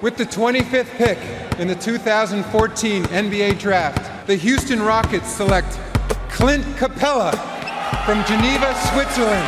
With the 25th pick in the 2014 NBA Draft, the Houston Rockets select Clint Capella from Geneva, Switzerland.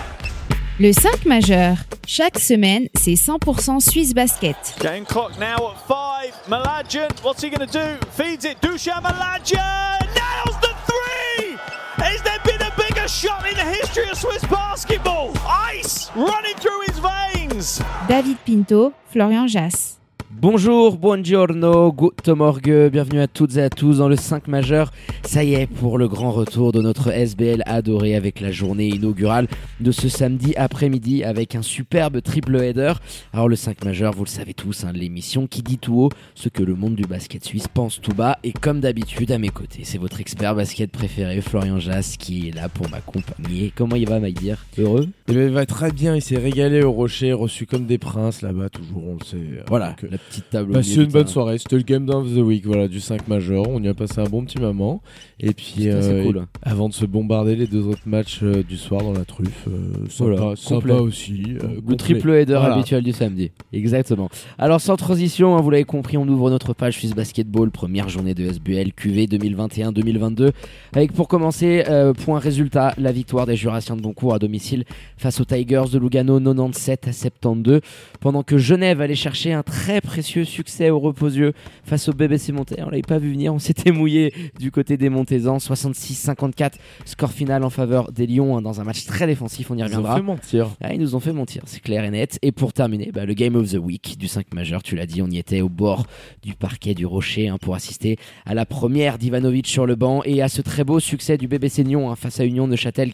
Le 5 majeur. Chaque semaine, c'est 100% Suisse Basket. Game clock now at 5. Malajan, what's he going to do? Feeds it. Dusan Malajan nails the three. Has there been a bigger shot in the history of Swiss basketball? Ice running through his veins. David Pinto, Florian Jass. Bonjour, buongiorno, guten morgue, bienvenue à toutes et à tous dans le 5 majeur. Ça y est, pour le grand retour de notre SBL adoré avec la journée inaugurale de ce samedi après-midi avec un superbe triple header. Alors le 5 majeur, vous le savez tous, l'émission qui dit tout haut ce que le monde du basket suisse pense tout bas. Et comme d'habitude, à mes côtés, c'est votre expert basket préféré, Florian Jass, qui est là pour m'accompagner. Comment il va, Maïdir? Heureux? Il va très bien, il s'est régalé au Rocher, reçu comme des princes là-bas, toujours, on le sait. Voilà, la petite table. Passé une bonne soirée, c'était le Game of the Week, voilà, du 5 majeur, on y a passé un bon petit moment. Et puis, cool. Avant de se bombarder les deux autres matchs du soir dans la truffe, sympa aussi. Le triple header habituel du samedi. Exactement. Alors sans transition, vous l'avez compris, on ouvre notre page Suisse Basketball, première journée de SBL QV 2021-2022. Avec pour commencer, point résultat, la victoire des Jurassiens de Boncourt à domicile face aux Tigers de Lugano 97-72. Pendant que Genève allait chercher un très précieux succès au Reposieux face au BBC Montais. On l'avait pas vu venir, on s'était mouillé du côté des Montaisans, 66-54, score final en faveur des Lions dans un match très défensif, on y reviendra. Ils nous ont fait mentir. Ils nous ont fait mentir, c'est clair et net. Et pour terminer, le Game of the Week du 5 majeur, tu l'as dit, on y était au bord du parquet du Rocher pour assister à la première d'Ivanovic sur le banc et à ce très beau succès du BBC Nyon face à Union Neuchâtel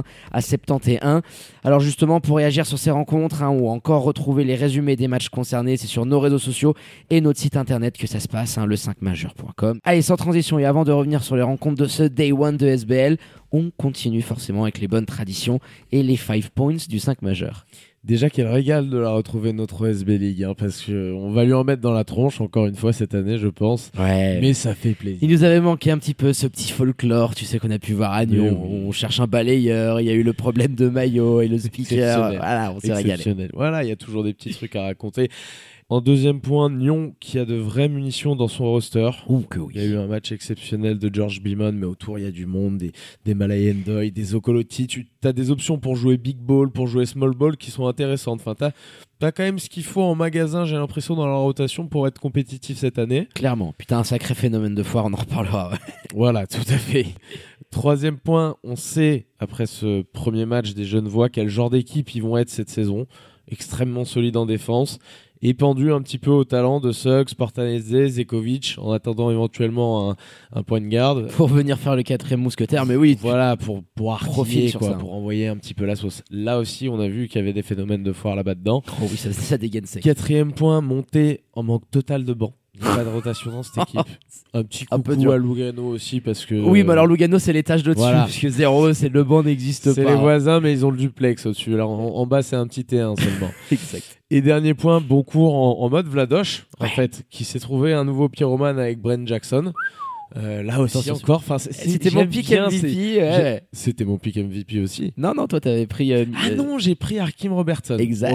80-71. Alors justement, pour réagir sur ces rencontres ou encore retrouver les résumés des matchs concernés, c'est sur nos réseaux sociaux et notre site internet que ça se passe, le5majeur.com. Allez, sans transition et avant de revenir sur les rencontres de ce Day 1 de SBL, on continue forcément avec les bonnes traditions et les 5 points du 5 majeur. Déjà quel régal de la retrouver notre SB League, parce qu'on va lui en mettre dans la tronche encore une fois cette année, je pense. Ouais. Mais ça fait plaisir. Il nous avait manqué un petit peu ce petit folklore, tu sais, qu'on a pu voir à Nyon. Oui. On cherche un balayeur, il y a eu le problème de maillot et le speaker. Voilà, on s'est régalé. Voilà, il y a toujours des petits trucs à raconter. En deuxième point, Nyon qui a de vraies munitions dans son roster. Oui. Il y a eu un match exceptionnel de George Beeman, mais autour il y a du monde, des Malay Ndoye, des Okolotti. Tu as des options pour jouer big ball, pour jouer small ball qui sont intéressantes. Enfin, t'as quand même ce qu'il faut en magasin, j'ai l'impression, dans la rotation pour être compétitif cette année. Clairement. Putain, un sacré phénomène de foire, on en reparlera. Voilà, tout à fait. Troisième point, on sait, après ce premier match des Genevois, quel genre d'équipe ils vont être cette saison. Extrêmement solide en défense. Épandu un petit peu au talent de Suggs, Portanese, Zekovic, en attendant éventuellement un point de garde. Pour venir faire le quatrième mousquetaire, mais oui. Voilà, pour artiller, sur ça. Pour envoyer un petit peu la sauce. Là aussi, on a vu qu'il y avait des phénomènes de foire là-bas dedans. Oh oui, ça dégaine sec. Quatrième point, monté en manque total de banc. Il n'y a pas de rotation dans cette équipe. Un petit coucou à Lugano aussi parce que... Oui, mais alors Lugano c'est l'étage d'au-dessus, voilà. Parce que 0, c'est le banc n'existe pas. C'est les voisins, mais ils ont le duplex au-dessus. Alors en bas c'est un petit T1 seulement. Exact. Et dernier point, Boncourt en mode Vladoche, en fait, qui s'est trouvé un nouveau pyromane avec Brent Jackson. Là aussi encore, c'était mon pick MVP. Ouais. C'était mon pick MVP aussi. Non, toi t'avais pris... non, j'ai pris Hakeem Robertson. Exact.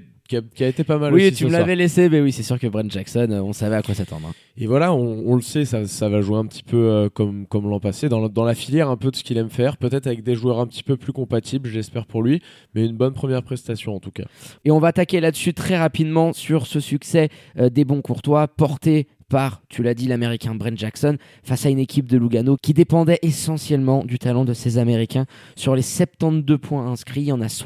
Qui a été pas mal aussi. Oui, tu me l'avais laissé, mais oui, c'est sûr que Brent Jackson, on savait à quoi s'attendre. Et voilà, on le sait, ça va jouer un petit peu comme l'an passé, dans la filière un peu de ce qu'il aime faire, peut-être avec des joueurs un petit peu plus compatibles, j'espère pour lui, mais une bonne première prestation en tout cas. Et on va attaquer là-dessus très rapidement sur ce succès des Boncourtois, porté par, tu l'as dit, l'américain Brent Jackson face à une équipe de Lugano qui dépendait essentiellement du talent de ces Américains. Sur les 72 points inscrits, il y en a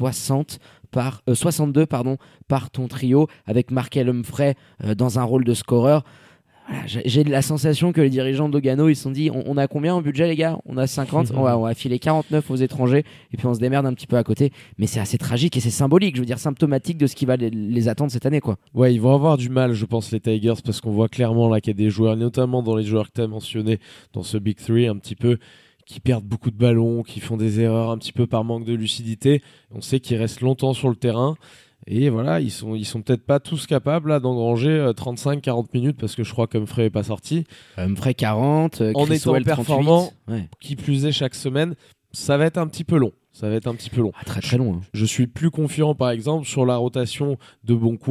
62 par ton trio avec Markel Humphrey dans un rôle de scoreur. Voilà, j'ai la sensation que les dirigeants de Lugano ils se sont dit on a combien en budget les gars? On a 50, on va filer 49 aux étrangers et puis on se démerde un petit peu à côté, mais c'est assez tragique et c'est symbolique, je veux dire symptomatique de ce qui va les attendre cette année quoi. Ouais, ils vont avoir du mal je pense les Tigers parce qu'on voit clairement là qu'il y a des joueurs, notamment dans les joueurs que tu as mentionnés dans ce Big 3 un petit peu, qui perdent beaucoup de ballons, qui font des erreurs un petit peu par manque de lucidité. On sait qu'ils restent longtemps sur le terrain. Et voilà, ils sont peut-être pas tous capables là, d'engranger 35-40 minutes parce que je crois qu'Humphrey n'est pas sorti. Humphrey 40, en étant performant, 38. Ouais. Qui plus est chaque semaine, ça va être un petit peu long. Très très long. Je suis plus confiant par exemple sur la rotation de Boncourt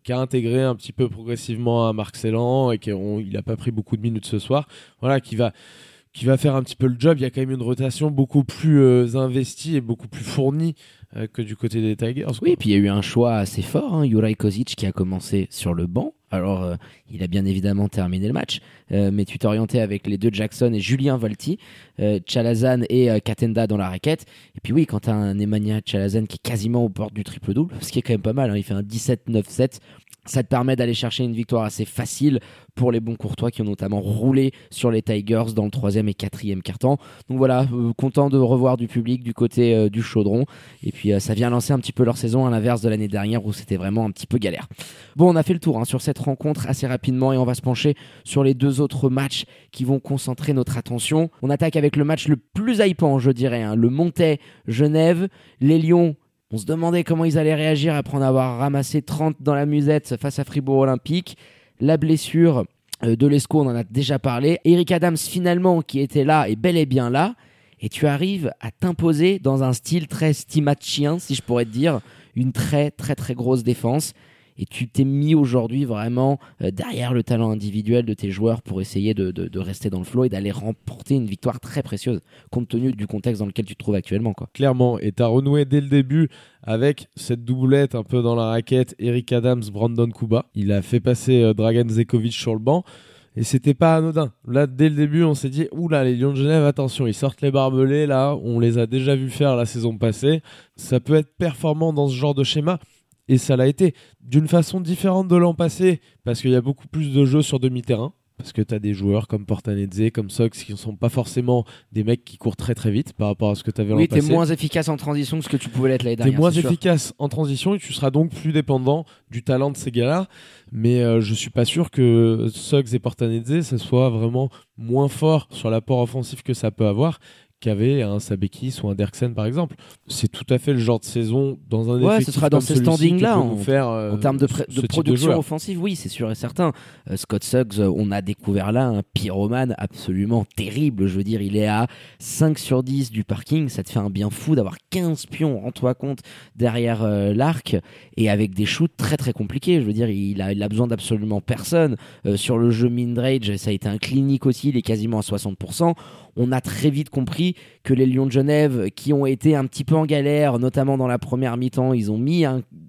qui a intégré un petit peu progressivement à Marc Celan et il n'a pas pris beaucoup de minutes ce soir. Voilà, qui va faire un petit peu le job. Il y a quand même une rotation beaucoup plus investie et beaucoup plus fournie que du côté des Tigers. Oui, et puis il y a eu un choix assez fort. Juraj Kozic qui a commencé sur le banc. Alors, il a bien évidemment terminé le match, mais tu t'es orienté avec les deux Jackson et Julien Volti, Chalazan et Katenda dans la raquette. Et puis oui, quand tu as un Nemanja Chalazan qui est quasiment aux portes du triple-double, ce qui est quand même pas mal, il fait un 17-9-7, ça te permet d'aller chercher une victoire assez facile pour les bons Courtois qui ont notamment roulé sur les Tigers dans le 3e et 4e quart-temps. Donc voilà, content de revoir du public du côté du Chaudron. Et puis ça vient lancer un petit peu leur saison à l'inverse de l'année dernière où c'était vraiment un petit peu galère. Bon, on a fait le tour sur cette rencontre assez rapidement et on va se pencher sur les deux autres matchs qui vont concentrer notre attention. On attaque avec le match le plus hypant, je dirais, le Montais-Genève. Les Lions, on se demandait comment ils allaient réagir après en avoir ramassé 30 dans la musette face à Fribourg Olympique. La blessure de Lesko, on en a déjà parlé. Eric Adams, finalement, qui était là, est bel et bien là. Et tu arrives à t'imposer dans un style très stimachien, si je pourrais te dire. Une très, très, très grosse défense. Et tu t'es mis aujourd'hui vraiment derrière le talent individuel de tes joueurs pour essayer de rester dans le flow et d'aller remporter une victoire très précieuse, compte tenu du contexte dans lequel tu te trouves actuellement, quoi. Clairement, et tu as renoué dès le début avec cette doublette un peu dans la raquette, Eric Adams, Brandon Kuba. Il a fait passer Dragan Zekovic sur le banc. Et c'était pas anodin. Là, dès le début, on s'est dit, oula, les Lions de Genève, attention, ils sortent les barbelés, là, on les a déjà vus faire la saison passée. Ça peut être performant dans ce genre de schéma. Et ça l'a été d'une façon différente de l'an passé, parce qu'il y a beaucoup plus de jeux sur demi-terrain, parce que tu as des joueurs comme Portanedze, comme Sox, qui ne sont pas forcément des mecs qui courent très très vite par rapport à ce que tu avais l'an passé. Oui, tu es moins efficace en transition que ce que tu pouvais l'être l'année dernière. Tu es moins efficace en transition et tu seras donc plus dépendant du talent de ces gars-là. Mais je ne suis pas sûr que Sox et Portanedze, ce soit vraiment moins fort sur l'apport offensif que ça peut avoir qu'avait un Sabekis ou un Derksen par exemple. C'est tout à fait le genre de saison dans un effectif ce sera dans ces standings-là en termes de production offensive, oui, c'est sûr et certain. Scott Suggs, on a découvert là un pyromane absolument terrible. Je veux dire, il est à 5 sur 10 du parking. Ça te fait un bien fou d'avoir 15 pions, rends-toi compte, derrière l'arc et avec des shoots très très compliqués. Je veux dire, il a besoin d'absolument personne. Sur le jeu Mindrage, ça a été un clinique aussi, il est quasiment à 60%. On a très vite compris que les Lions de Genève, qui ont été un petit peu en galère, notamment dans la première mi-temps, ils ont mis,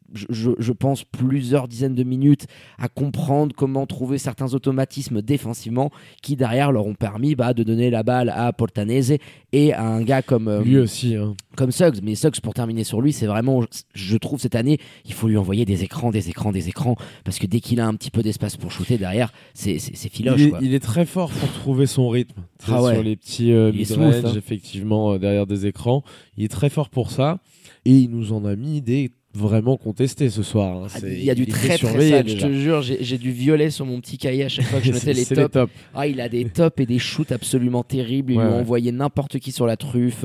je pense, plusieurs dizaines de minutes à comprendre comment trouver certains automatismes défensivement qui, derrière, leur ont permis de donner la balle à Portanese et à un gars comme... lui aussi. Comme Suggs. Mais Suggs, pour terminer sur lui, c'est vraiment, je trouve, cette année, il faut lui envoyer des écrans, parce que dès qu'il a un petit peu d'espace pour shooter derrière, c'est filoche. Il est très fort pour trouver son rythme. Sur les petits mid-range, effectivement, derrière des écrans. Il est très fort pour ça. Et il nous en a mis des vraiment contestés ce soir. Il y a du très très sale, je te jure, j'ai du violet sur mon petit cahier à chaque fois que je notais les tops. Il a des tops et des shoots absolument terribles. Ils lui ont envoyé n'importe qui sur la truffe,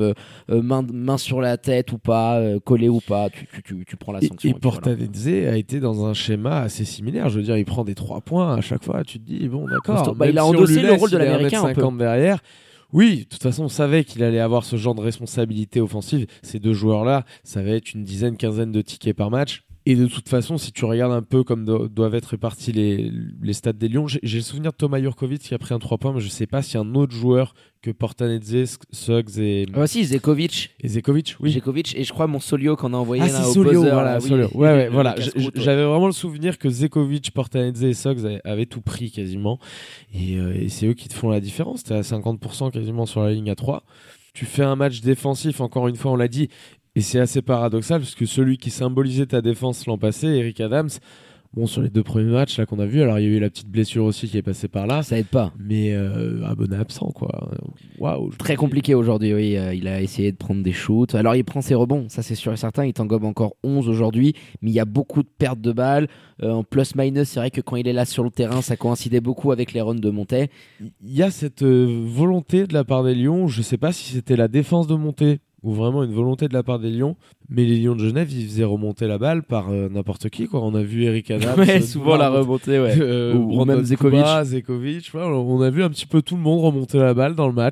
main sur la tête ou pas, collé ou pas, tu prends la sanction. Et Portanedze a été dans un schéma assez similaire. Je veux dire, il prend des 3 points à chaque fois. Tu te dis, bon, d'accord. Il a endossé le rôle de l'américain un peu. Derrière. Oui, de toute façon, on savait qu'il allait avoir ce genre de responsabilité offensive. Ces deux joueurs-là, ça va être une dizaine, quinzaine de tickets par match. Et de toute façon, si tu regardes un peu comme doivent être répartis les stats des Lions, j'ai le souvenir de Thomas Jurkovic qui a pris un 3 points, mais je ne sais pas s'il y a un autre joueur que Portanedze, Suggs et... si, Zekovic. Et Zekovic, oui. Zekovic, et je crois mon Solio qu'on a envoyé là au Solio, buzzer. Voilà, Solio. Ouais, voilà. J'avais vraiment le souvenir que Zekovic, Portanedze et Suggs avaient tout pris quasiment. Et c'est eux qui te font la différence. T'es à 50% quasiment sur la ligne à 3. Tu fais un match défensif, encore une fois, on l'a dit. Et c'est assez paradoxal parce que celui qui symbolisait ta défense l'an passé, Eric Adams, sur les 2 premiers matchs là qu'on a vu, alors il y a eu la petite blessure aussi qui est passée par là. Ça aide pas. Mais abonné absent, quoi. Waouh. Très compliqué aujourd'hui, oui. Il a essayé de prendre des shoots. Alors il prend ses rebonds, ça c'est sûr et certain. Il t'engobe encore 11 aujourd'hui, mais il y a beaucoup de pertes de balles. En plus-minus, c'est vrai que quand il est là sur le terrain, ça coïncidait beaucoup avec les runs de Montais. Il y a cette volonté de la part des Lions, je sais pas si c'était la défense de Montais ou vraiment une volonté de la part des Lions, mais les Lions de Genève, ils faisaient remonter la balle par n'importe qui, quoi. On a vu Eric Adams, souvent la remontée, ou même Zekovic. Zekovic, on a vu un petit peu tout le monde remonter la balle dans le match.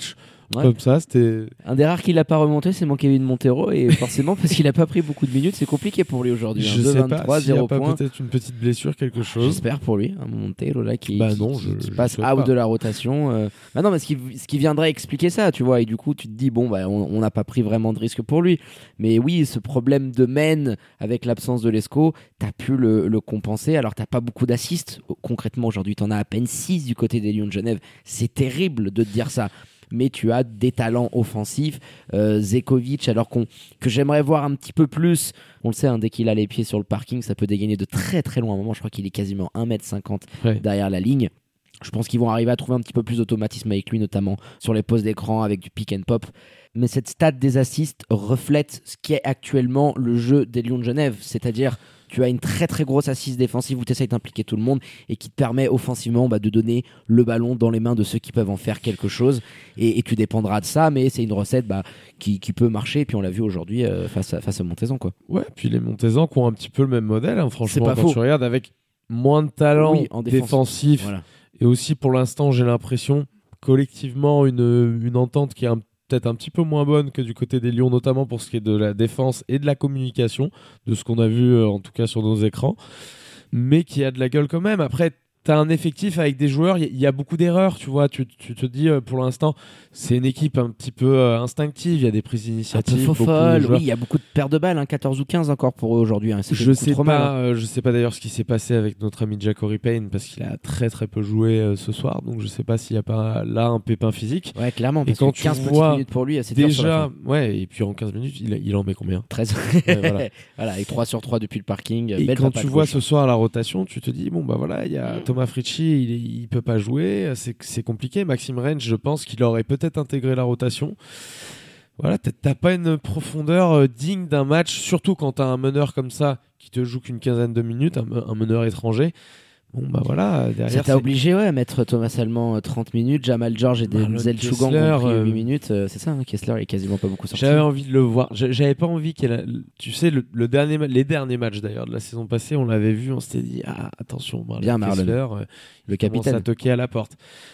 Ouais. Comme ça, c'était... Un des rares qui l'a pas remonté, c'est mon Kevin Montero, et forcément parce qu'il a pas pris beaucoup de minutes, c'est compliqué pour lui aujourd'hui. Je sais pas s'il n'y a pas peut-être une petite blessure, quelque chose. J'espère pour lui, un Montero là qui passe je out de la rotation. Bah non, mais ce qui viendrait expliquer ça, tu vois, et du coup tu te dis bon bah on n'a pas pris vraiment de risque pour lui. Mais oui, ce problème de main avec l'absence de Lesko, t'as pu le compenser. Alors t'as pas beaucoup d'assists concrètement aujourd'hui, t'en as à peine 6 du côté des Lions de Genève. C'est terrible de te dire ça. Mais tu as des talents offensifs. Zekovic, alors que j'aimerais voir un petit peu plus. On le sait, dès qu'il a les pieds sur le parking, ça peut dégainer de très très loin. À un moment, je crois qu'il est quasiment 1m50 derrière la ligne. Je pense qu'ils vont arriver à trouver un petit peu plus d'automatisme avec lui, notamment sur les poses d'écran avec du pick and pop. Mais cette stat des assists reflète ce qui est actuellement le jeu des Lions de Genève. C'est-à-dire, tu as une très très grosse assise défensive où tu essaies d'impliquer tout le monde et qui te permet offensivement de donner le ballon dans les mains de ceux qui peuvent en faire quelque chose. Et tu dépendras de ça, mais c'est une recette qui peut marcher. Et puis on l'a vu aujourd'hui face à Montezan, quoi. Ouais, puis les Montezan qui ont un petit peu le même modèle, franchement, c'est pas quand faux. tu regardes, avec moins de talent en défensif. Voilà. Et aussi, pour l'instant, j'ai l'impression, collectivement, une entente qui est peut-être un petit peu moins bonne que du côté des Lions, notamment pour ce qui est de la défense et de la communication, de ce qu'on a vu, en tout cas sur nos écrans, mais qui a de la gueule quand même. Après, tu as un effectif avec des joueurs, il y a beaucoup d'erreurs, tu vois. Tu te dis, pour l'instant, c'est une équipe un petit peu instinctive, il y a des prises d'initiative. Un peu folle, oui, il y a beaucoup de pertes de balles, 14 ou 15 encore pour eux aujourd'hui. Je sais pas d'ailleurs ce qui s'est passé avec notre ami Ja'Cory Payne, parce qu'il a très très peu joué ce soir, donc je sais pas s'il y a pas là un pépin physique. Ouais, clairement, parce et quand que 15 tu vois petites minutes pour lui, c'est déjà, ouais, et puis en 15 minutes, il en met combien? 13. Ouais, voilà, avec 3 sur 3 depuis le parking. Et quand tu vois ce soir la rotation, tu te dis, bon bah voilà, il y a Thomas Fritchie, il peut pas jouer, c'est compliqué. Maxime Rennes, je pense qu'il aurait peut-être intégré la rotation. Voilà, t'as pas une profondeur digne d'un match, surtout quand t'as un meneur comme ça qui te joue qu'une quinzaine de minutes, un meneur étranger. Bon bah voilà, derrière. Ça t'a obligé à mettre Thomas Allemand 30 minutes, Jamal George et Denzel Chougan ont pris 8 minutes. C'est ça, Kessler est quasiment pas beaucoup sorti. J'avais envie de le voir. J'avais pas envie tu sais, les derniers matchs d'ailleurs de la saison passée, on l'avait vu, on s'était dit attention, bien Kessler, le capitaine, à toquer à la porte.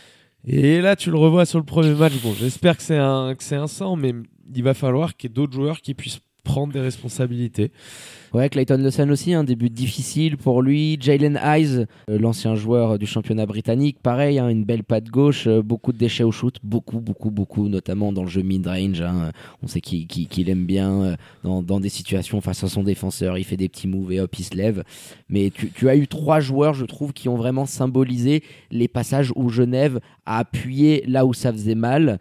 Et là, tu le revois sur le premier match. Bon, j'espère que c'est un 100, mais il va falloir qu'il y ait d'autres joueurs qui puissent prendre des responsabilités. Ouais, Clayton Lawson aussi, un début difficile pour lui. Jalen Hayes, l'ancien joueur du championnat britannique, pareil, une belle patte gauche, beaucoup de déchets au shoot, beaucoup, notamment dans le jeu mid-range. On sait qu'il aime bien dans des situations face à son défenseur, il fait des petits moves et hop, il se lève. Mais tu as eu 3 joueurs, je trouve, qui ont vraiment symbolisé les passages où Genève a appuyé là où ça faisait mal.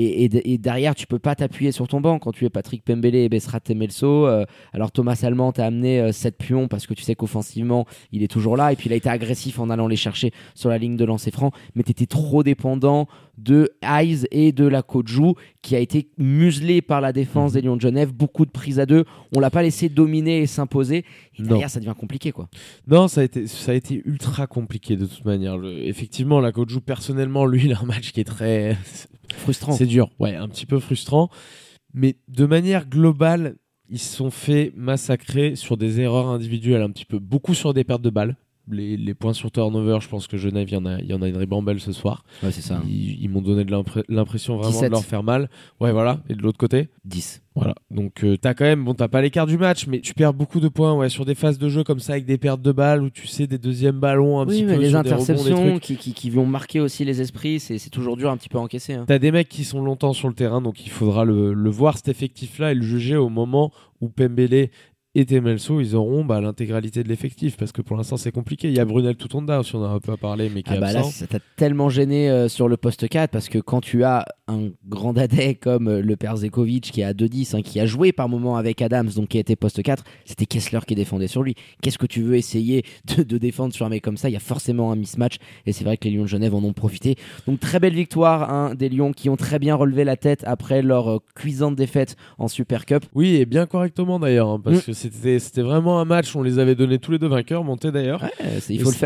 Et derrière, tu peux pas t'appuyer sur ton banc quand tu es Patrick Pembele et Besrat Temelso. Alors Thomas Allemand t'a amené 7 pions parce que tu sais qu'offensivement il est toujours là, et puis il a été agressif en allant les chercher sur la ligne de lancer franc, mais tu étais trop dépendant de Hayes et de la Kodjou qui a été muselé par la défense des Lions de Genève. Beaucoup de prises à deux, on l'a pas laissé dominer et s'imposer, et derrière ça devient compliqué, quoi. Non, ça a été ultra compliqué de toute manière. Effectivement, la Kodjou, personnellement, lui, il a un match qui est très frustrant. C'est dur, ouais, un petit peu frustrant, mais de manière globale, ils se sont fait massacrer sur des erreurs individuelles, un petit peu, beaucoup sur des pertes de balles. Les points sur turnover, je pense que Genève, il y en a une ribambelle ce soir. Ouais, c'est ça. Ils m'ont donné de l'impression vraiment 17. de leur faire mal. Ouais, voilà. Et de l'autre côté 10. Voilà. Donc t'as quand même, t'as pas l'écart du match, mais tu perds beaucoup de points, sur des phases de jeu comme ça avec des pertes de balles où tu sais des deuxièmes ballons un petit peu. Les sur interceptions des rebonds, des trucs. qui vont marquer aussi les esprits, c'est toujours dur un petit peu à encaisser. T'as des mecs qui sont longtemps sur le terrain, donc il faudra le voir cet effectif-là et le juger au moment où Pembele et Temelso, ils auront l'intégralité de l'effectif, parce que pour l'instant c'est compliqué. Il y a Brunel Tutonda aussi, on en a un peu parlé, mais qui est absent. Là, ça t'a tellement gêné sur le poste 4, parce que quand tu as un grand dadais comme le père Zekovic qui est à 2-10, qui a joué par moment avec Adams, donc qui était poste 4, c'était Kessler qui défendait sur lui. Qu'est-ce que tu veux essayer de défendre sur un mec comme ça? Il y a forcément un mismatch, et c'est vrai que les Lions de Genève en ont profité. Donc très belle victoire des Lions, qui ont très bien relevé la tête après leur cuisante défaite en Super Cup. Oui, et bien correctement d'ailleurs, parce que c'était vraiment un match, on les avait donnés tous les deux vainqueurs, montés d'ailleurs. Ouais, il faut le faire.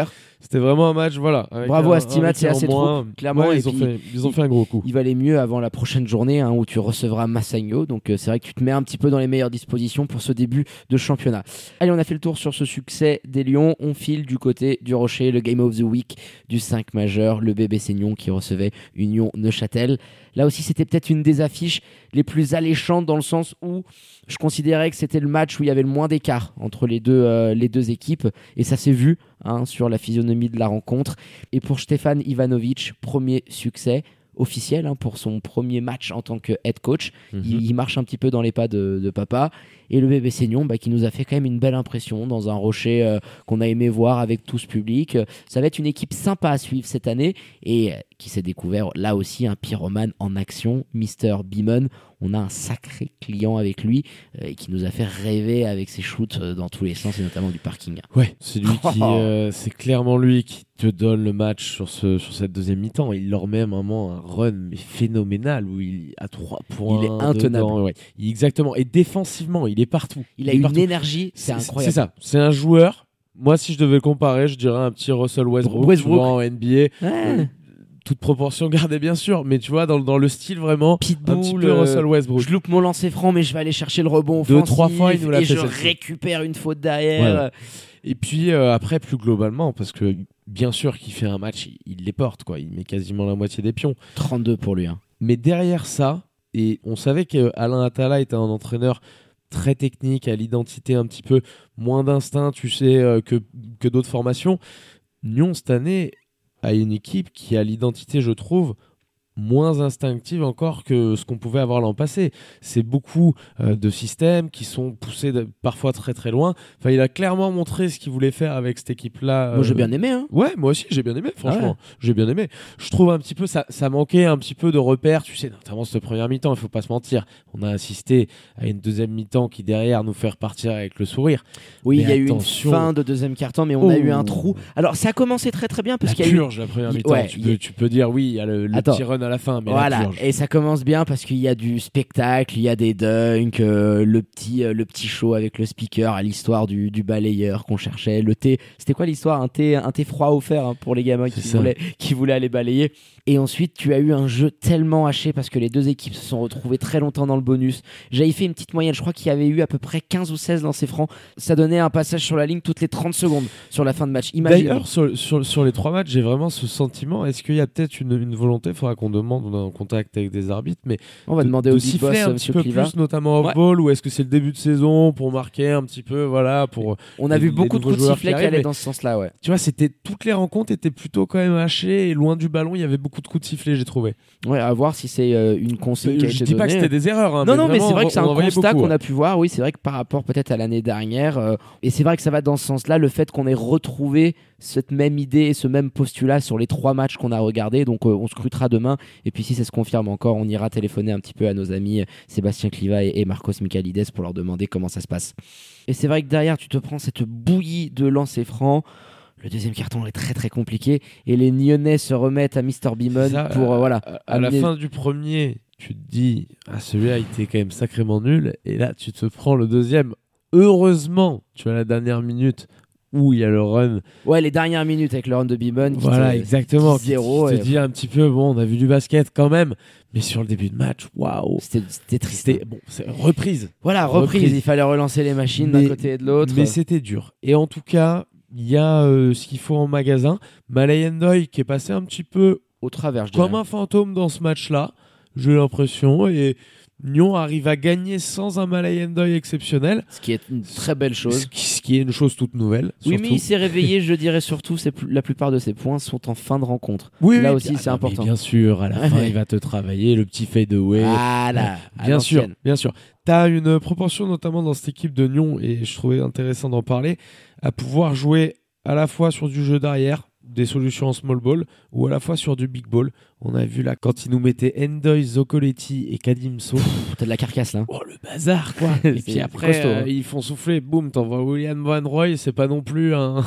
C'était vraiment un match, voilà. Bravo à Stimat, c'est assez trop, clairement. Ouais, et ils ont fait un gros coup. Il valait mieux avant la prochaine journée où tu recevras Massagno. Donc c'est vrai que tu te mets un petit peu dans les meilleures dispositions pour ce début de championnat. Allez, on a fait le tour sur ce succès des Lions. On file du côté du Rocher, le Game of the Week du 5 majeur, le BBC Nyon qui recevait Union Neuchâtel. Là aussi, c'était peut-être une des affiches les plus alléchantes dans le sens où je considérais que c'était le match où il y avait le moins d'écart entre les deux équipes. Et ça s'est vu sur la physionomie de la rencontre. Et pour Stefan Ivanovic, premier succès officiel pour son premier match en tant que head coach. Il marche un petit peu dans les pas de papa. Et le BBC Nyon qui nous a fait quand même une belle impression dans un Rocher qu'on a aimé voir avec tout ce public. Ça va être une équipe sympa à suivre cette année et qui s'est découvert là aussi un pyromane en action, Mr. Beeman. On a un sacré client avec lui qui nous a fait rêver avec ses shoots dans tous les sens et notamment du parking. Ouais, c'est lui c'est clairement lui qui te donne le match sur cette deuxième mi-temps. Il leur met vraiment un run mais phénoménal où il a 3 points. Il est intenable. Ouais. Exactement. Et défensivement, il est partout. Il a une énergie, c'est incroyable. C'est ça. C'est un joueur. Moi, si je devais le comparer, je dirais un petit Russell Westbrook. Tu vois, en NBA. Ouais. Toute proportion gardée bien sûr, mais tu vois dans le style vraiment Pitbull, un petit peu Russell Westbrook. Je loupe mon lancer franc mais je vais aller chercher le rebond offensif 2-3 fois il nous l'a fait et je récupère une faute derrière. Ouais. Et puis après plus globalement parce que bien sûr qu'il fait un match, il les porte quoi, il met quasiment la moitié des pions. 32 pour lui. Mais derrière ça, et on savait qu'Alain Attala était un entraîneur très technique, à l'identité un petit peu moins d'instinct, tu sais que d'autres formations. Nyon cette année à une équipe qui a l'identité, je trouve, moins instinctive encore que ce qu'on pouvait avoir l'an passé. C'est beaucoup de systèmes qui sont poussés parfois très très loin. Enfin, il a clairement montré ce qu'il voulait faire avec cette équipe-là. Moi, j'ai bien aimé. Ouais, moi aussi, j'ai bien aimé, franchement. J'ai bien aimé. Je trouve un petit peu, ça manquait un petit peu de repères, tu sais, notamment cette première mi-temps, il faut pas se mentir. On a assisté à une deuxième mi-temps qui, derrière, nous fait repartir avec le sourire. Oui, mais il y a eu une fin de deuxième quart-temps, mais on a eu un trou. Alors, ça a commencé très très bien parce qu'il y a eu... la première mi-temps. Ouais, tu peux dire, oui, il y a le petit run à la fin, mais voilà, et ça commence bien parce qu'il y a du spectacle, il y a des dunks, le petit show avec le speaker à l'histoire du balayeur qu'on cherchait, le thé, c'était quoi l'histoire, un thé froid offert pour les gamins qui voulaient aller balayer. Et ensuite tu as eu un jeu tellement haché parce que les deux équipes se sont retrouvées très longtemps dans le bonus. J'avais fait une petite moyenne, je crois qu'il y avait eu à peu près 15 ou 16 lancers francs, ça donnait un passage sur la ligne toutes les 30 secondes sur la fin de match. Imagine. D'ailleurs sur les 3 matchs j'ai vraiment ce sentiment, est-ce qu'il y a peut-être une volonté, il faudra qu'on demande, on a un contact avec des arbitres, mais on va demander au siffler un petit peu plus, notamment off-ball, ou est-ce que c'est le début de saison pour marquer un petit peu, voilà, pour. On a vu beaucoup de coups de sifflet qui allaient dans ce sens-là, ouais. Tu vois, toutes les rencontres étaient plutôt quand même hachées et loin du ballon, il y avait beaucoup de coups de sifflet, j'ai trouvé. Ouais, à voir si c'est une consigne qui a été donnée. Je dis pas que c'était des erreurs, non, mais c'est vrai que c'est un constat qu'on a pu voir. Oui, c'est vrai que par rapport peut-être à l'année dernière, et c'est vrai que ça va dans ce sens-là, le fait qu'on ait retrouvé cette même idée et ce même postulat sur les 3 matchs qu'on a regardés. Donc on scrutera demain et puis si ça se confirme encore, on ira téléphoner un petit peu à nos amis Sébastien Cliva et Marcos Michaelides pour leur demander comment ça se passe. Et c'est vrai que derrière tu te prends cette bouillie de lancers francs. Le deuxième carton est très très compliqué et les Nyonnais se remettent à Mr. Beeman pour voilà. À la fin du premier, tu te dis celui-là il était quand même sacrément nul, et là tu te prends le deuxième. Heureusement, tu as la dernière minute où il y a le run. Ouais, les dernières minutes avec le run de Beeman. Voilà, exactement. 0 tu te dis un petit peu, bon, on a vu du basket quand même, mais sur le début de match, waouh. C'était triste. Bon, c'est reprise. Voilà, reprise. Il fallait relancer les machines d'un côté et de l'autre. Mais c'était dur. Et en tout cas, il y a ce qu'il faut en magasin. Malay Ndoye qui est passé un petit peu au travers, comme un fantôme dans ce match-là, j'ai l'impression, et Nyon arrive à gagner sans un Malay Ndoye exceptionnel. Ce qui est une très belle chose. Ce qui est une chose toute nouvelle. Oui, mais il s'est réveillé, je dirais surtout, la plupart de ses points sont en fin de rencontre. Oui, là aussi, c'est important. Bien sûr, à la fin, il va te travailler le petit fadeaway. Voilà, bien sûr. Tu as une proportion, notamment dans cette équipe de Nyon, et je trouvais intéressant d'en parler, à pouvoir jouer à la fois sur du jeu d'arrière, des solutions en small ball, ou à la fois sur du big ball. On a vu là, quand ils nous mettaient Ndoye, Zocoletti et Kadimso. T'as de la carcasse là. Oh, le bazar quoi. Et puis après, costaud, ils font souffler, boum, t'envoies William Van Roy, c'est pas non plus un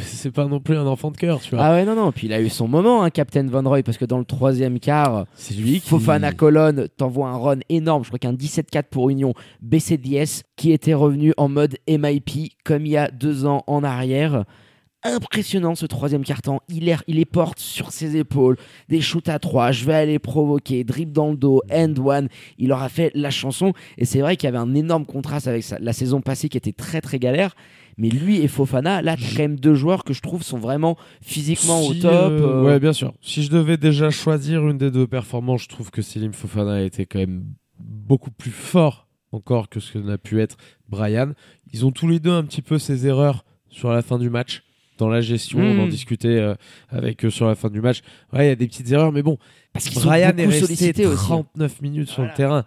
enfant de cœur, tu vois. Ah ouais, non. Puis il a eu son moment, Captain Van Roy, parce que dans le 3e quart, c'est lui qui... Fofana Colonne t'envoie un run énorme, je crois qu'un 17-4 pour Union, BCDS, qui était revenu en mode MIP, comme il y a 2 ans en arrière. impressionnant ce troisième quart-temps. Il les porte sur ses épaules, des shoots à 3, je vais aller provoquer, dribble dans le dos, end one. Il leur a fait la chanson et c'est vrai qu'il y avait un énorme contraste avec la saison passée qui était très très galère. Mais lui et Fofana, là, t'as quand même deux joueurs que je trouve sont vraiment physiquement au top. Ouais, bien sûr. Si je devais déjà choisir une des deux performances, je trouve que Selim Fofana était quand même beaucoup plus fort encore que ce que n'a pu être Brian. Ils ont tous les deux un petit peu ces erreurs sur la fin du match. Dans la gestion, on en discutait avec eux sur la fin du match. Ouais, il y a des petites erreurs, mais bon, parce qu'ils Brian est resté 39 aussi. minutes sur le terrain.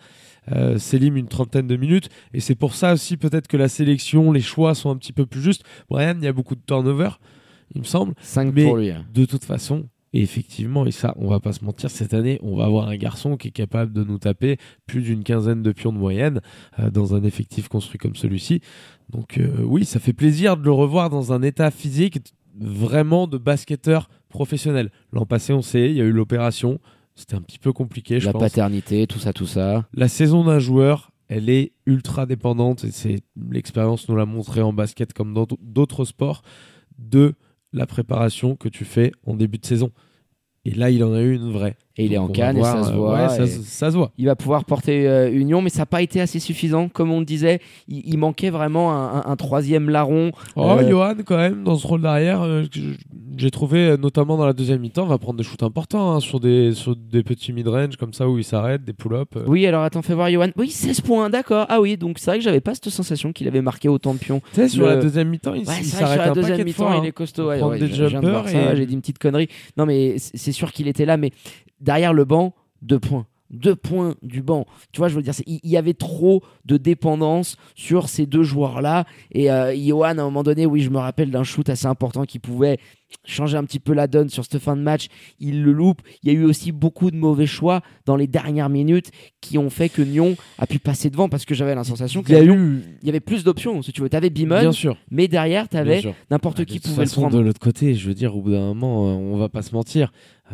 Selim une trentaine de minutes. Et c'est pour ça aussi peut-être que la sélection, les choix sont un petit peu plus justes. Brian, il y a beaucoup de turnover, il me semble. 5 mais pour lui. De toute façon, et effectivement, et ça, on va pas se mentir, cette année, on va avoir un garçon qui est capable de nous taper plus d'une quinzaine de pions de moyenne dans un effectif construit comme celui-ci. Donc oui, ça fait plaisir de le revoir dans un état physique vraiment de basketteur professionnel. L'an passé, on sait, il y a eu l'opération. C'était un petit peu compliqué, je pense. La paternité, tout ça. La saison d'un joueur, elle est ultra dépendante, et l'expérience nous l'a montré en basket comme dans d'autres sports, de la préparation que tu fais en début de saison. Et là, il en a eu une vraie. Et il est en Cannes et ça se voit. Ouais, ça se voit. Il va pouvoir porter Union, mais ça n'a pas été assez suffisant. Comme on le disait, il manquait vraiment un troisième larron. Johan, quand même, dans ce rôle d'arrière, j'ai trouvé, notamment dans la deuxième mi-temps, va prendre des shoots importants sur des petits mid-range comme ça où il s'arrête, des pull-ups. Oui, alors attends, fais voir Johan. Oui, 16 points, d'accord. Ah oui, donc c'est vrai que j'avais pas cette sensation qu'il avait marqué autant de pions. Tu sais, sur la deuxième mi-temps, il s'arrête un paquet de fois. Il est costaud. Prendre des jumpers. J'ai dit une petite connerie. Non, mais c'est sûr qu'il était là, mais derrière le banc, 2 points. 2 points du banc. Tu vois, je veux dire, il y avait trop de dépendance sur ces deux joueurs-là. Et Johan, à un moment donné, oui, je me rappelle d'un shoot assez important qui pouvait changer un petit peu la donne sur cette fin de match. Il le loupe. Il y a eu aussi beaucoup de mauvais choix dans les dernières minutes qui ont fait que Nyon a pu passer devant, parce que j'avais la sensation qu'il y avait plus d'options. Si tu veux, tu avais Bimon, mais derrière, tu avais n'importe qui pouvait le prendre. De l'autre côté, je veux dire, au bout d'un moment, on va pas se mentir.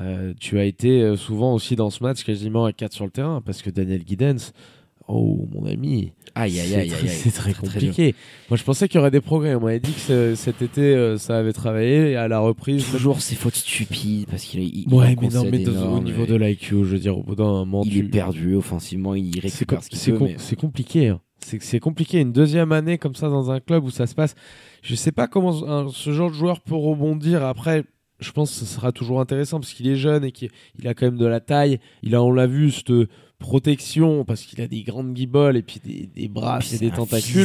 Tu as été souvent aussi dans ce match quasiment à 4 sur le terrain, parce que Daniel Giddens, oh mon ami, c'est très compliqué. Moi je pensais qu'il y aurait des progrès. On m'avait dit que cet été ça avait travaillé, et à la reprise toujours ces fautes stupides, parce qu'il mais au niveau de l'IQ, je veux dire, au bout d'un moment il est perdu offensivement, il récupère ce qu'il peut. C'est compliqué, hein. C'est compliqué, une deuxième année comme ça dans un club où ça se passe. Je sais pas comment ce genre de joueur peut rebondir après. Je pense que ce sera toujours intéressant parce qu'il est jeune et qu'il a quand même de la taille. On l'a vu, cette protection, parce qu'il a des grandes guibolles et puis des bras et des tentacules.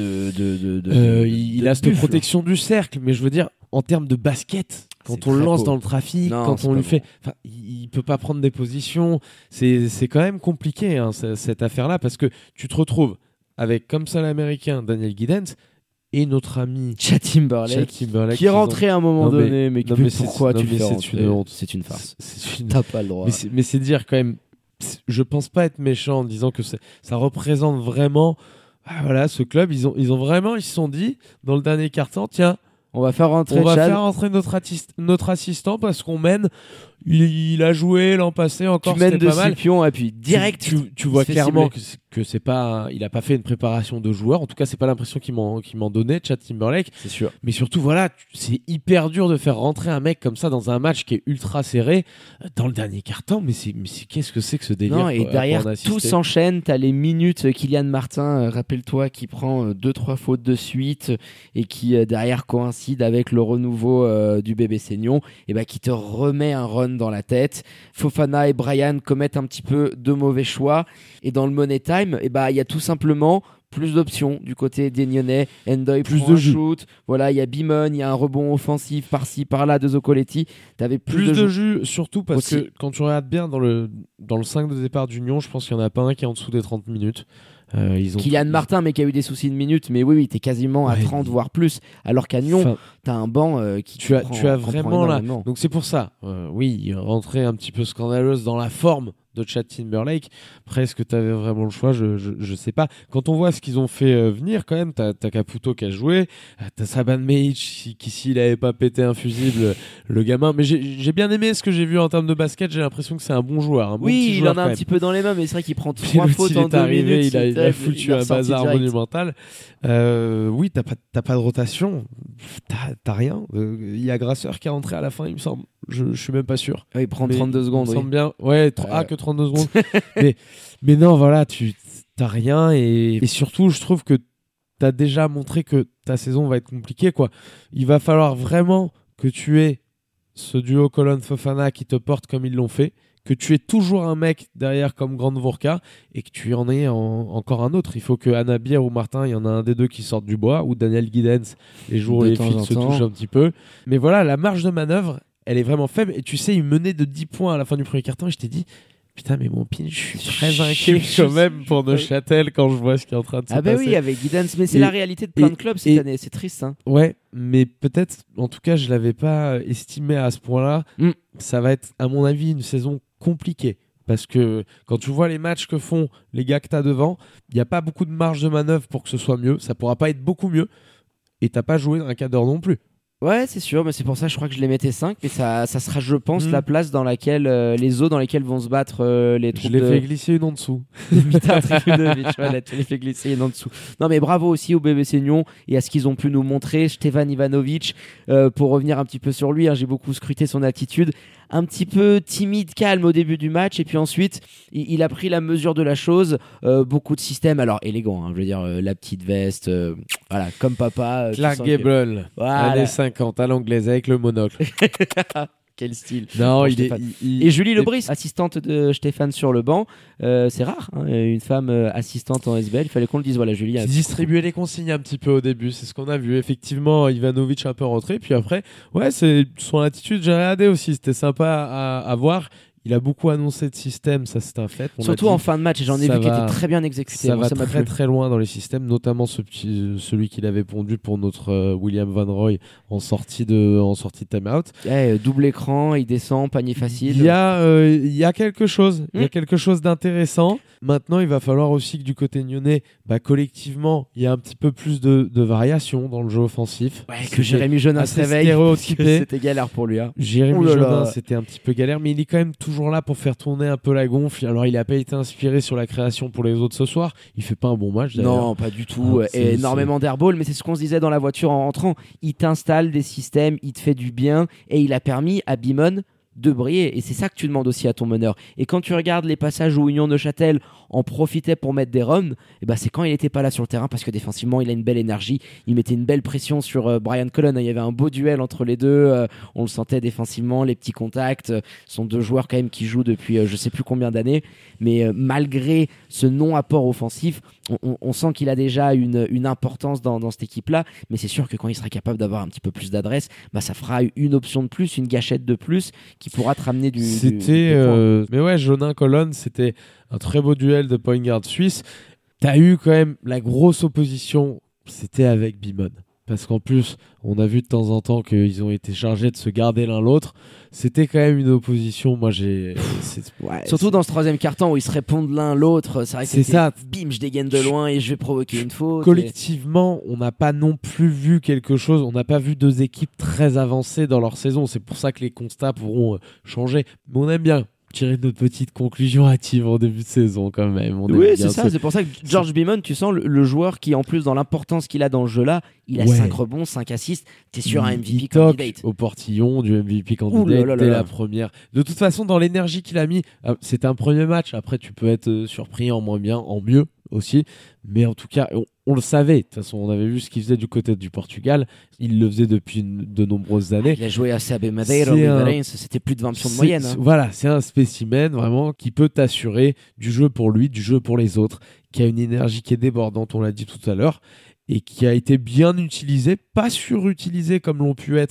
Il a cette protection du cercle, mais je veux dire, en termes de basket, quand on le lance dans le trafic, quand on lui fait... il peut pas prendre des positions. C'est quand même compliqué, hein, cette affaire-là, parce que tu te retrouves avec, comme seul américain, Daniel Giddens, et notre ami Chet Timberlake qui est rentré à un moment donné, mais pourquoi tu le fais rentrer ? C'est une farce. T'as pas le droit. Mais c'est dire quand même, je pense pas être méchant en disant que ça représente vraiment, ce club. Ils se sont dit dans le dernier quart-temps, tiens, on va faire rentrer notre assistant parce qu'on mène. Il a joué l'an passé encore, c'était pas mal. Pions, et puis direct, tu vois clairement que c'est pas, il a pas fait une préparation de joueur. En tout cas, c'est pas l'impression qu'il m'en donnait, Chet Timberlake. C'est sûr. Mais surtout, c'est hyper dur de faire rentrer un mec comme ça dans un match qui est ultra serré dans le dernier quart-temps. Mais qu'est-ce que c'est que ce délire ? Non, et derrière, tout s'enchaîne. T'as les minutes. Kylian Martin, rappelle-toi, qui prend 2-3 fautes de suite et qui derrière coïncide avec le renouveau du bébé Seignon, et qui te remet un run dans la tête. Fofana et Brian commettent un petit peu de mauvais choix, et dans le Money Time, il y a tout simplement plus d'options du côté des Nyonnais. Endoy plus de shoot, il y a Bimon, il y a un rebond offensif par-ci par-là de Zocoletti. T'avais plus de jus, surtout parce que quand tu regardes bien dans le 5 de départ d'Union, je pense qu'il n'y en a pas un qui est en dessous des 30 minutes. Kylian Martin, mais qui a eu des soucis de minutes, mais oui, t'es quasiment à 30 voire plus, alors qu'à Nyon, t'as un banc qui tu as vraiment là. Donc c'est pour ça, rentrer un petit peu scandaleuse dans la forme de Chad Timberlake. Après, est-ce que tu avais vraiment le choix? Je sais pas. Quand on voit ce qu'ils ont fait venir, quand même, t'as Caputo qui a joué, t'as Saban Mehic qui s'il avait pas pété un fusible, le gamin. Mais j'ai bien aimé ce que j'ai vu en termes de basket. J'ai l'impression que c'est un bon joueur. Un bon petit il joueur, en a un quand petit peu dans les mains, mais c'est vrai qu'il prend 3 même. fautes en 2 arrivé, minutes. il a foutu un bazar direct. monumental. Oui, t'as pas de rotation. T'as rien. Il y a Grasseur qui est rentré à la fin, il me semble. Je suis même pas sûr. Il prend Mais 32 secondes. Il me Oui. semble bien. Ouais, que 32 secondes. mais non, voilà, t'as rien. Et surtout, je trouve que t'as déjà montré que ta saison va être compliquée, quoi. Il va falloir vraiment que tu aies ce duo Colon-Fofana qui te porte comme ils l'ont fait, que tu aies toujours un mec derrière comme Grant Vourka et que tu en aies encore un autre. Il faut que Anabir ou Martin, il y en a un des deux qui sorte du bois, ou Daniel Giddens les jours où les fils se touchent un petit peu. Mais voilà, la marge de manœuvre, elle est vraiment faible. Et tu sais, il menait de 10 points à la fin du premier quart-temps et je t'ai dit, putain, mais mon pin, je suis très inquiet quand même pour Neuchâtel quand je vois ce qui est en train de se passer. Ah bah oui, avec Giddens, mais c'est la réalité de plein de clubs cette année, c'est triste. Hein. Ouais, mais peut-être, en tout cas, je l'avais pas estimé à ce point-là. Ça va être, à mon avis, une saison compliquée. Parce que quand tu vois les matchs que font les gars que t'as devant, il n'y a pas beaucoup de marge de manœuvre pour que ce soit mieux. Ça pourra pas être beaucoup mieux. Et t'as pas joué dans un quart d'heure non plus. Ouais, c'est sûr, mais c'est pour ça je crois que je les mettais 5, mais ça sera, je pense, la place dans laquelle les eaux dans lesquelles vont se battre les troupes. Je l'ai fait glisser une en dessous. Putain, Trifunovic, je l'ai fait glisser une en dessous. Non, mais bravo aussi au BBC Nyon et à ce qu'ils ont pu nous montrer. Stevan Ivanovic, pour revenir un petit peu sur lui, j'ai beaucoup scruté son attitude. Un petit peu timide, calme au début du match, et puis ensuite il a pris la mesure de la chose. Beaucoup de systèmes, alors élégant, je veux dire, la petite veste, voilà, comme papa. Clark Gable, voilà. Années 50 à l'anglaise avec le monocle. Quel style. Non, Et Julie Lebris, assistante de Stéphane sur le banc. C'est rare, une femme assistante en SBL. Il fallait qu'on le dise. Voilà, Julie. Qui distribuait les consignes un petit peu au début. C'est ce qu'on a vu. Effectivement, Ivanovic un peu rentré. Puis après, ouais, c'est son attitude. J'ai regardé aussi. C'était sympa à voir. Il a beaucoup annoncé de système, ça c'est un fait. Surtout en fin de match, et j'en ai vu qui était très bien exécuté. Ça va très très loin dans les systèmes, notamment celui qu'il avait pondu pour notre William Van Roy en sortie de time-out. Double écran, il descend, panier facile. Il y a quelque chose, il y a quelque chose d'intéressant. Maintenant, il va falloir aussi que du côté nyonnais, collectivement, il y a un petit peu plus de variation dans le jeu offensif. Ouais, que Jérémy Jeunin se réveille, c'était galère pour lui. Jérémy Jeunin, c'était un petit peu galère, mais il est quand même toujours là pour faire tourner un peu la gonfle. Alors il a pas été inspiré sur la création pour les autres ce soir. Il fait pas un bon match d'ailleurs. Non, pas du tout. Énormément d'airball, mais c'est ce qu'on se disait dans la voiture en rentrant. Il t'installe des systèmes, il te fait du bien, et il a permis à Bimon de briller, et c'est ça que tu demandes aussi à ton meneur. Et quand tu regardes les passages où Union Neuchâtel en profitait pour mettre des runs, c'est quand il était pas là sur le terrain, parce que défensivement il a une belle énergie, il mettait une belle pression sur Brian Colon, il y avait un beau duel entre les deux, on le sentait défensivement, les petits contacts, ce sont deux joueurs quand même qui jouent depuis je sais plus combien d'années, mais malgré ce non-apport offensif, on sent qu'il a déjà une importance dans cette équipe-là, mais c'est sûr que quand il sera capable d'avoir un petit peu plus d'adresse, ça fera une option de plus, une gâchette de plus qui pourra te ramener du mais ouais, Jeunin-Colonne, c'était un très beau duel de point guard suisse. T'as eu quand même la grosse opposition, c'était avec Bimon. Parce qu'en plus, on a vu de temps en temps qu'ils ont été chargés de se garder l'un l'autre. C'était quand même une opposition. Moi, surtout dans ce troisième quart-temps où ils se répondent l'un l'autre. C'est vrai que c'est ça. Bim, je dégaine de loin et je vais provoquer une faute. Collectivement, on n'a pas non plus vu quelque chose. On n'a pas vu deux équipes très avancées dans leur saison. C'est pour ça que les constats pourront changer. Mais on aime bien tirer notre petite conclusion hâtive en début de saison quand même. Oui, c'est ça. C'est pour ça que George Bimon, tu sens le joueur qui, en plus, dans l'importance qu'il a dans le jeu-là, il a 5 rebonds, 5 assists. T'es sur un MVP candidate. Au portillon du MVP candidate dès la première. De toute façon, dans l'énergie qu'il a mis, c'était un premier match. Après, tu peux être surpris en moins bien, en mieux aussi. Mais en tout cas, on le savait. De toute façon, on avait vu ce qu'il faisait du côté du Portugal. Il le faisait depuis de nombreuses années. Il a joué à CAB Madeira, c'était plus de 20 points de moyenne. Voilà, c'est un spécimen vraiment qui peut t'assurer du jeu pour lui, du jeu pour les autres, qui a une énergie qui est débordante, on l'a dit tout à l'heure, et qui a été bien utilisé, pas surutilisé comme l'ont pu être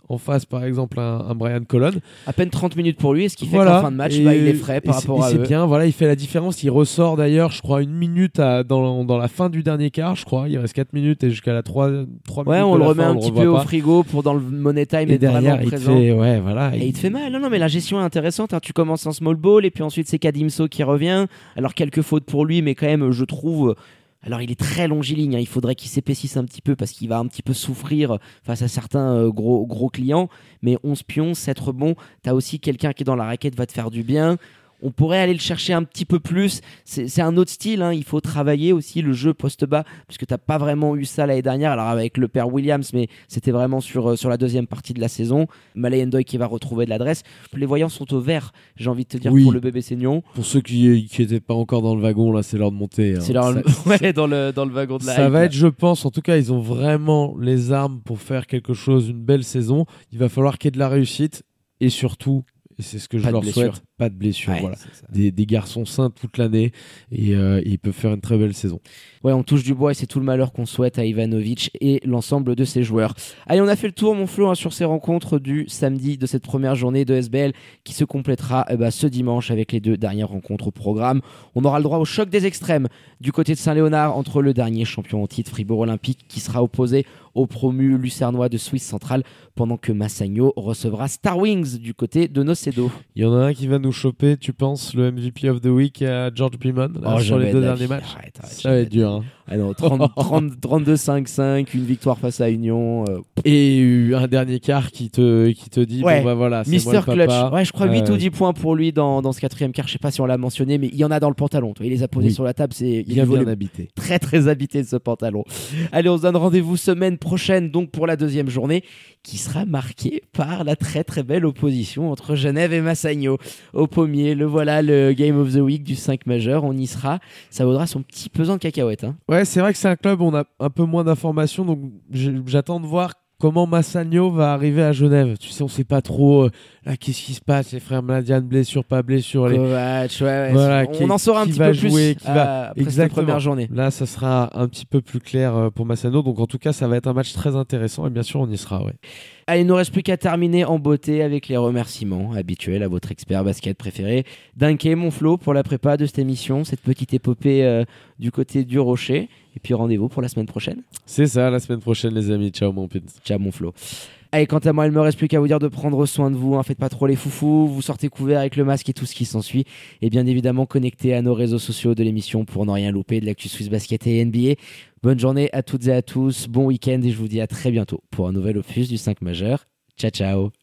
en face, par exemple, un Brian Colon. À peine 30 minutes pour lui, et ce qui fait qu'en fin de match, il est frais par rapport à eux. C'est bien, voilà, il fait la différence. Il ressort d'ailleurs, je crois, 1 minute dans la fin du dernier quart, je crois. Il reste 4 minutes et jusqu'à la 3 minutes. Ouais, on le remet un petit peu au frigo pour dans le money time et derrière, il présent. Il te fait mal. Non, mais la gestion est intéressante. Hein. Tu commences en small ball et puis ensuite c'est Kadimso qui revient. Alors quelques fautes pour lui, mais quand même, je trouve. Alors il est très longiligne, hein. Il faudrait qu'il s'épaississe un petit peu parce qu'il va un petit peu souffrir face à certains gros clients, mais 11 pions, 7 rebonds, t'as aussi quelqu'un qui est dans la raquette, va te faire du bien. On pourrait aller le chercher un petit peu plus. C'est un autre style, hein. Il faut travailler aussi le jeu post-bas, parce que t'as pas vraiment eu ça l'année dernière. Alors avec le père Williams, mais c'était vraiment sur la deuxième partie de la saison. Malay Ndoye qui va retrouver de l'adresse. Les voyants sont au vert, j'ai envie de te dire, pour le bébé Seignon. Pour ceux qui n'étaient pas encore dans le wagon, là, c'est l'heure de monter. Hein. C'est l'heure dans le wagon de la ça hype, va être, je pense, en tout cas, ils ont vraiment les armes pour faire quelque chose, une belle saison. Il va falloir qu'il y ait de la réussite et surtout, et c'est ce que je leur souhaite, pas de blessure. Ouais, voilà. Des garçons sains toute l'année et ils peuvent faire une très belle saison. Ouais, on touche du bois et c'est tout le malheur qu'on souhaite à Ivanovic et l'ensemble de ses joueurs. Allez, on a fait le tour, mon Flo, hein, sur ces rencontres du samedi de cette première journée de SBL qui se complétera ce dimanche avec les 2 dernières rencontres au programme. On aura le droit au choc des extrêmes du côté de Saint-Léonard entre le dernier champion en titre Fribourg Olympique qui sera opposé au promu lucernois de Suisse centrale pendant que Massagno recevra Star Wings du côté de Nocedo. Il y en a un qui va nous choper, tu penses, le MVP of the Week à George Pimon sur les 2 derniers matchs. Arrête, ça va être dur. Hein. Ah non, 32-5-5, une victoire face à Union. Et un dernier quart qui te dit, ouais, bon bah voilà, c'est Mister moi le Clutch. papa. Ouais, je crois 8 ou 10 points pour lui dans ce 4e quart. Je sais pas si on l'a mentionné, mais il y en a dans le pantalon. Il les a posés sur la table. C'est bien habité. Très très habité de ce pantalon. Allez, on se donne rendez-vous semaine prochaine donc pour la 2e journée qui sera marquée par la très très belle opposition entre Genève et Massagno. Au pommier, le Game of the Week du 5 majeur. On y sera. Ça vaudra son petit pesant de cacahuètes. Hein. Ouais, c'est vrai que c'est un club où on a un peu moins d'informations, donc j'attends de voir comment Massagno va arriver à Genève. Tu sais, on sait pas trop qu'est-ce qui se passe, les frères Mladian, blessure, pas blessure. Kovac, voilà, on en saura un petit peu plus après cette première journée. Là, ça sera un petit peu plus clair pour Massagno, donc en tout cas, ça va être un match très intéressant et bien sûr, on y sera. Ouais. Allez, il ne nous reste plus qu'à terminer en beauté avec les remerciements habituels à votre expert basket préféré. Dunké, mon Flo, pour la prépa de cette émission, cette petite épopée du côté du Rocher. Et puis rendez-vous pour la semaine prochaine. C'est ça, la semaine prochaine, les amis. Ciao, mon Pins. Ciao, mon Flo. Allez, quant à moi, il ne me reste plus qu'à vous dire de prendre soin de vous. Hein. Faites pas trop les foufous. Vous sortez couverts avec le masque et tout ce qui s'ensuit. Et bien évidemment, connectez à nos réseaux sociaux de l'émission pour ne rien louper de l'actu Swiss Basket et NBA. Bonne journée à toutes et à tous. Bon week-end et je vous dis à très bientôt pour un nouvel opus du 5 majeur. Ciao, ciao.